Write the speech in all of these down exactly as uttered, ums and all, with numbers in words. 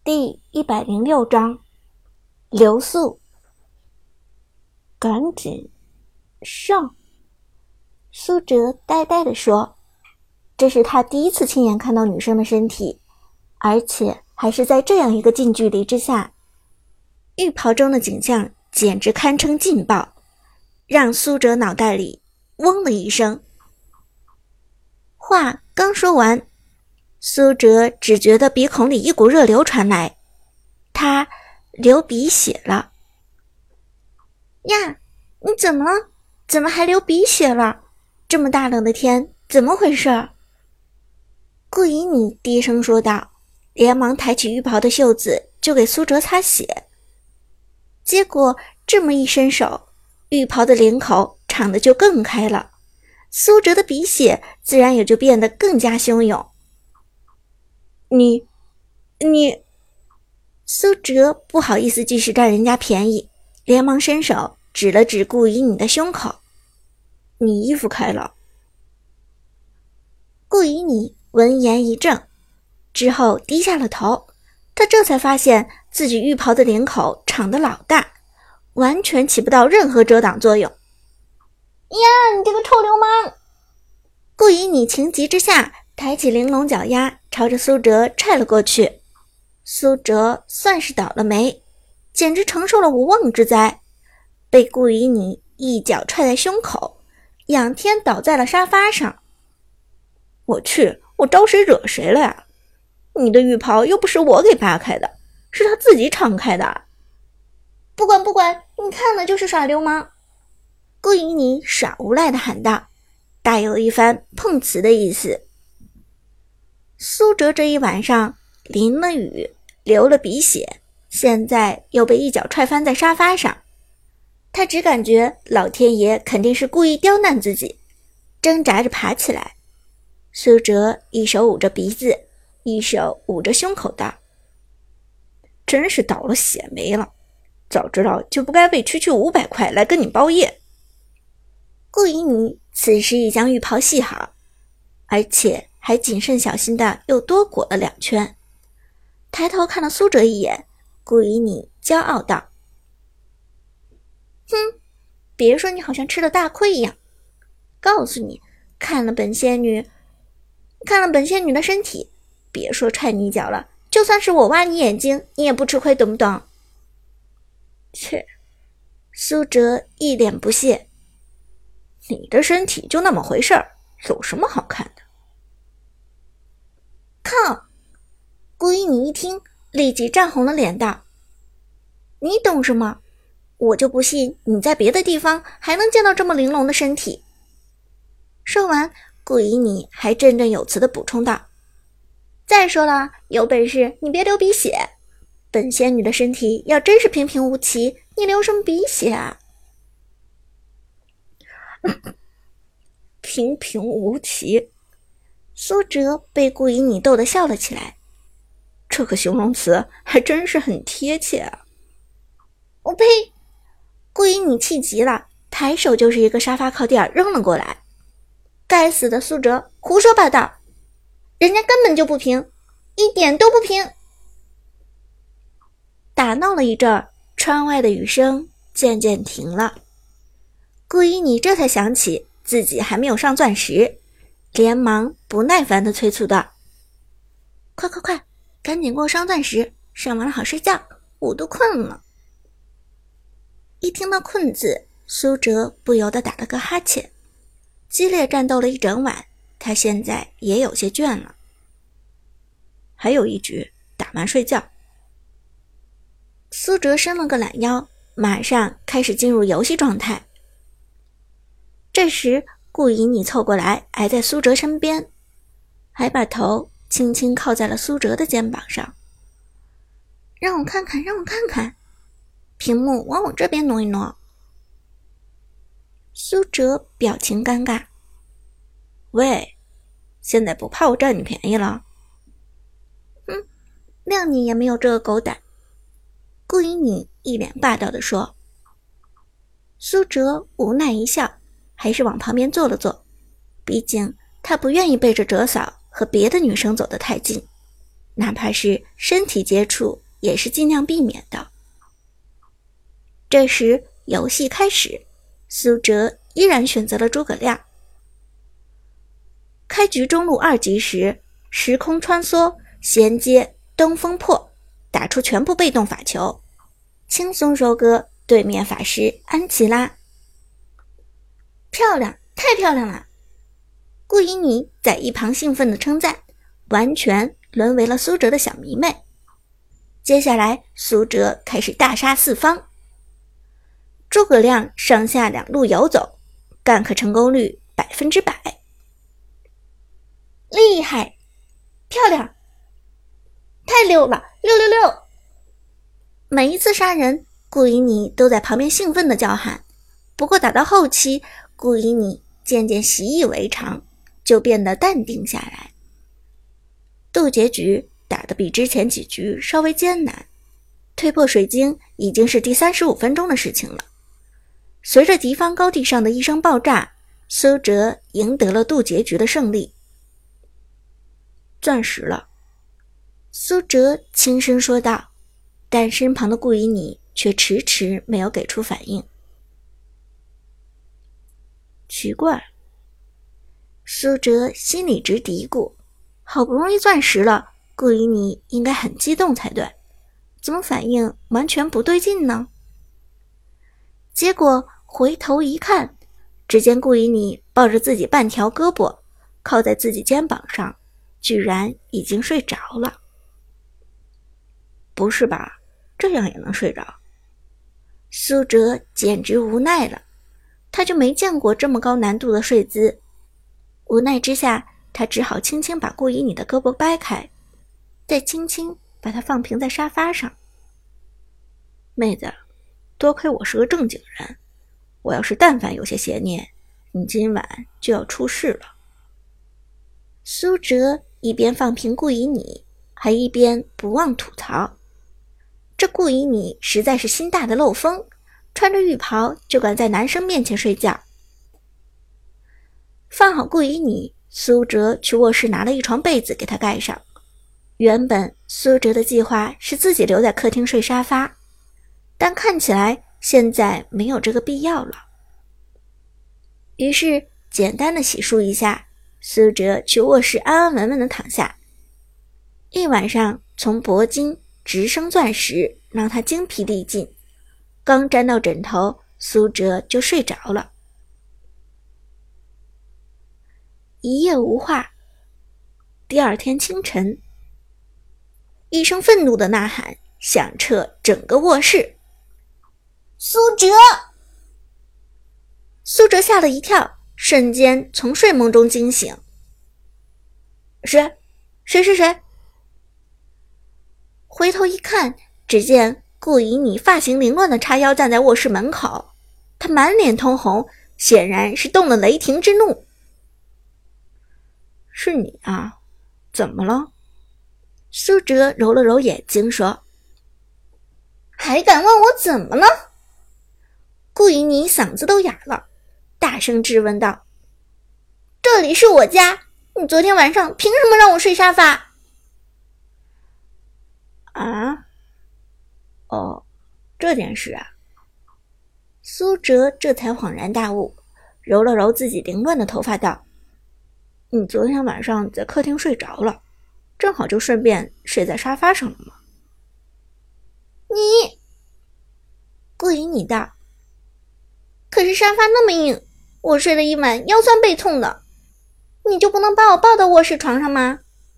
第一百零六章留宿。赶紧上，苏哲呆呆地说，这是他第一次亲眼看到女生的身体，而且还是在这样一个近距离之下。浴袍中的景象简直堪称劲爆，让苏哲脑袋里嗡了一声。话刚说完，苏哲只觉得鼻孔里一股热流传来，他流鼻血了。呀，你怎么了？怎么还流鼻血了？这么大冷的天，怎么回事？顾以你低声说道，连忙抬起浴袍的袖子就给苏哲擦血。结果这么一伸手，浴袍的领口敞得就更开了，苏哲的鼻血自然也就变得更加汹涌。你你苏哲不好意思继续占人家便宜，连忙伸手指了指顾以你的胸口，你衣服开了。顾以你闻言一怔，之后低下了头，他这才发现自己浴袍的领口敞得老大，完全起不到任何遮挡作用。呀，你这个臭流氓！顾以你情急之下抬起玲珑脚丫朝着苏哲踹了过去，苏哲算是倒了霉，简直承受了无妄之灾，被顾以你一脚踹在胸口，仰天倒在了沙发上。我去，我招谁惹谁了呀？你的浴袍又不是我给扒开的，是他自己敞开的。不管不管，你看了就是耍流氓！顾以你耍无赖的喊道，大有一番碰瓷的意思。苏哲这一晚上淋了雨，流了鼻血，现在又被一脚踹翻在沙发上，他只感觉老天爷肯定是故意刁难自己，挣扎着爬起来。苏哲一手捂着鼻子，一手捂着胸口道，真是倒了血霉了，早知道就不该为区区五百块来跟你包夜。顾以你此时已将浴袍系好，而且还谨慎小心的又多裹了两圈，抬头看了苏哲一眼，顾以你骄傲道，哼，别说你好像吃了大亏一样，告诉你，看了本仙女看了本仙女的身体，别说踹你一脚了，就算是我挖你眼睛，你也不吃亏，懂不懂？切，苏哲一脸不屑，你的身体就那么回事儿，有什么好看的？靠！顾以你一听，立即涨红了脸道，你懂什么？我就不信你在别的地方还能见到这么玲珑的身体。说完，顾以你还振振有词地补充道，再说了，有本事你别流鼻血，本仙女的身体要真是平平无奇，你流什么鼻血啊？平平无奇，苏哲被顾以你逗得笑了起来，这个形容词还真是很贴切啊！我呸！顾以你气急了，抬手就是一个沙发靠垫扔了过来。该死的苏哲，胡说八道，人家根本就不平，一点都不平。打闹了一阵，窗外的雨声渐渐停了。顾以你这才想起自己还没有上钻石，连忙不耐烦地催促道，快快快，赶紧给我上钻石，上完了好睡觉，我都困了。一听到困字，苏哲不由得打了个哈欠，激烈战斗了一整晚，他现在也有些倦了。还有一局，打完睡觉。苏哲伸了个懒腰，马上开始进入游戏状态。这时顾以你凑过来挨在苏哲身边，还把头轻轻靠在了苏哲的肩膀上。让我看看，让我看看，屏幕往我这边挪一挪。苏哲表情尴尬，喂，现在不怕我占你便宜了？哼，谅你也没有这个狗胆。顾以你一脸霸道地说。苏哲无奈一笑，还是往旁边坐了坐，毕竟他不愿意背着哲嫂和别的女生走得太近。 哪怕是身体接触也是尽量避免的。这时游戏开始，苏哲依然选择了诸葛亮。开局中路二级时，时空穿梭、衔接、东风破，打出全部被动法球，轻松收割对面法师安琪拉。漂亮，太漂亮了！顾以你在一旁兴奋地称赞，完全沦为了苏哲的小迷妹。接下来苏哲开始大杀四方，诸葛亮上下两路游走，gank成功率百分之百。厉害，漂亮，太溜了，六六六！每一次杀人，顾以你都在旁边兴奋地叫喊。不过打到后期，顾以你渐渐习以为常，就变得淡定下来。渡劫局打得比之前几局稍微艰难，推破水晶已经是第三十五分钟的事情了。随着敌方高地上的一声爆炸，苏哲赢得了渡劫局的胜利。钻石了，苏哲轻声说道，但身旁的顾以你却迟迟没有给出反应。奇怪，苏哲心里直嘀咕，好不容易钻石了，顾以你应该很激动才对，怎么反应完全不对劲呢？结果回头一看，只见顾以你抱着自己半条胳膊，靠在自己肩膀上，居然已经睡着了。不是吧，这样也能睡着？苏哲简直无奈了，他就没见过这么高难度的睡姿。无奈之下，他只好轻轻把顾以你的胳膊掰开，再轻轻把它放平在沙发上。妹子，多亏我是个正经人，我要是但凡有些邪念，你今晚就要出事了。苏哲一边放平顾以你，还一边不忘吐槽，这顾以你实在是心大的漏风，穿着浴袍就敢在男生面前睡觉。放好顾以你，苏哲去卧室拿了一床被子给他盖上。原本苏哲的计划是自己留在客厅睡沙发，但看起来现在没有这个必要了。于是简单的洗漱一下，苏哲去卧室安安稳稳的躺下。一晚上从铂金直升钻石，让他精疲力尽，刚沾到枕头，苏哲就睡着了。一夜无话。第二天清晨，一声愤怒的呐喊响彻整个卧室。苏哲！苏哲吓了一跳，瞬间从睡梦中惊醒。谁？谁谁谁？回头一看，只见顾以你发型凌乱的叉腰站在卧室门口，他满脸通红，显然是动了雷霆之怒。是你啊，怎么了？苏哲揉了揉眼睛说。还敢问我怎么了？顾以你嗓子都哑了，大声质问道。这里是我家，你昨天晚上凭什么让我睡沙发？啊？哦，这件事啊。苏哲这才恍然大悟，揉了揉自己凌乱的头发道。你昨天晚上在客厅睡着了，正好就顺便睡在沙发上了嘛。你，顾以你道，可是沙发那么硬，我睡了一晚腰酸背痛的，你就不能把我抱到卧室床上吗？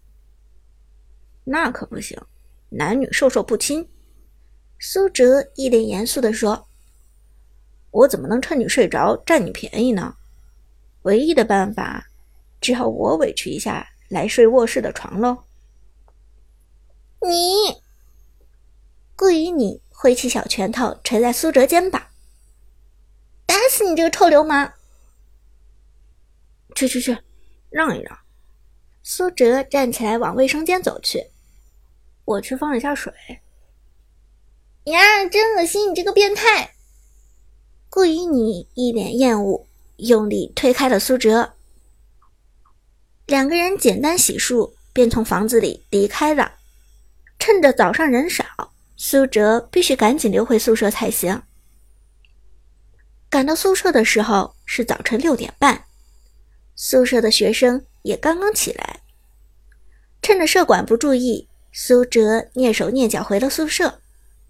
那可不行，男女授受不亲。苏哲一脸严肃地说，我怎么能趁你睡着占你便宜呢？唯一的办法只好我委屈一下来睡卧室的床喽。你，顾以你挥起小拳头捶在苏哲肩膀，打死你这个臭流氓！去去去，让一让。苏哲站起来往卫生间走去，我去放一下水。呀，真恶心，你这个变态！顾以你一脸厌恶，用力推开了苏哲。两个人简单洗漱，便从房子里离开了。 趁着早上人少，苏哲必须赶紧溜回宿舍才行。赶到宿舍的时候是早晨六点半，宿舍的学生也刚刚起来。趁着舍管不注意，苏哲蹑手蹑脚回了宿舍。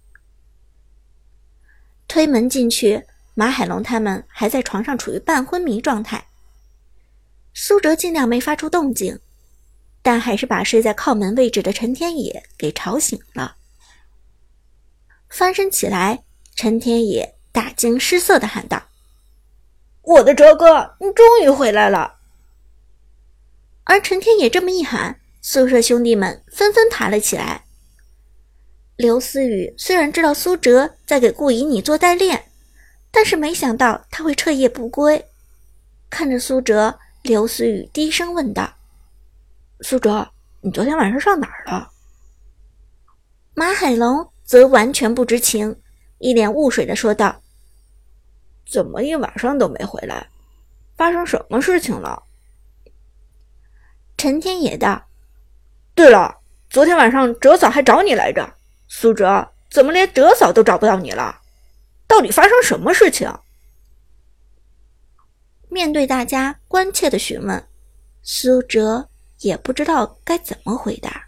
推门进去，马海龙他们还在床上处于半昏迷状态。苏哲尽量没发出动静，但还是把睡在靠门位置的陈天野给吵醒了。翻身起来，陈天野大惊失色地喊道：“我的哲哥，你终于回来了！”而陈天野这么一喊，宿舍兄弟们纷纷爬了起来。刘思雨虽然知道苏哲在给顾以你做代练，但是没想到他会彻夜不归。看着苏哲，刘思雨低声问道：“苏哲，你昨天晚上上哪儿了？”马海龙则完全不知情，一脸雾水地说道：“怎么一晚上都没回来？发生什么事情了？”陈天野道：“对了，昨天晚上哲嫂还找你来着，苏哲，怎么连哲嫂都找不到你了？到底发生什么事情？”面对大家关切的询问，苏哲也不知道该怎么回答。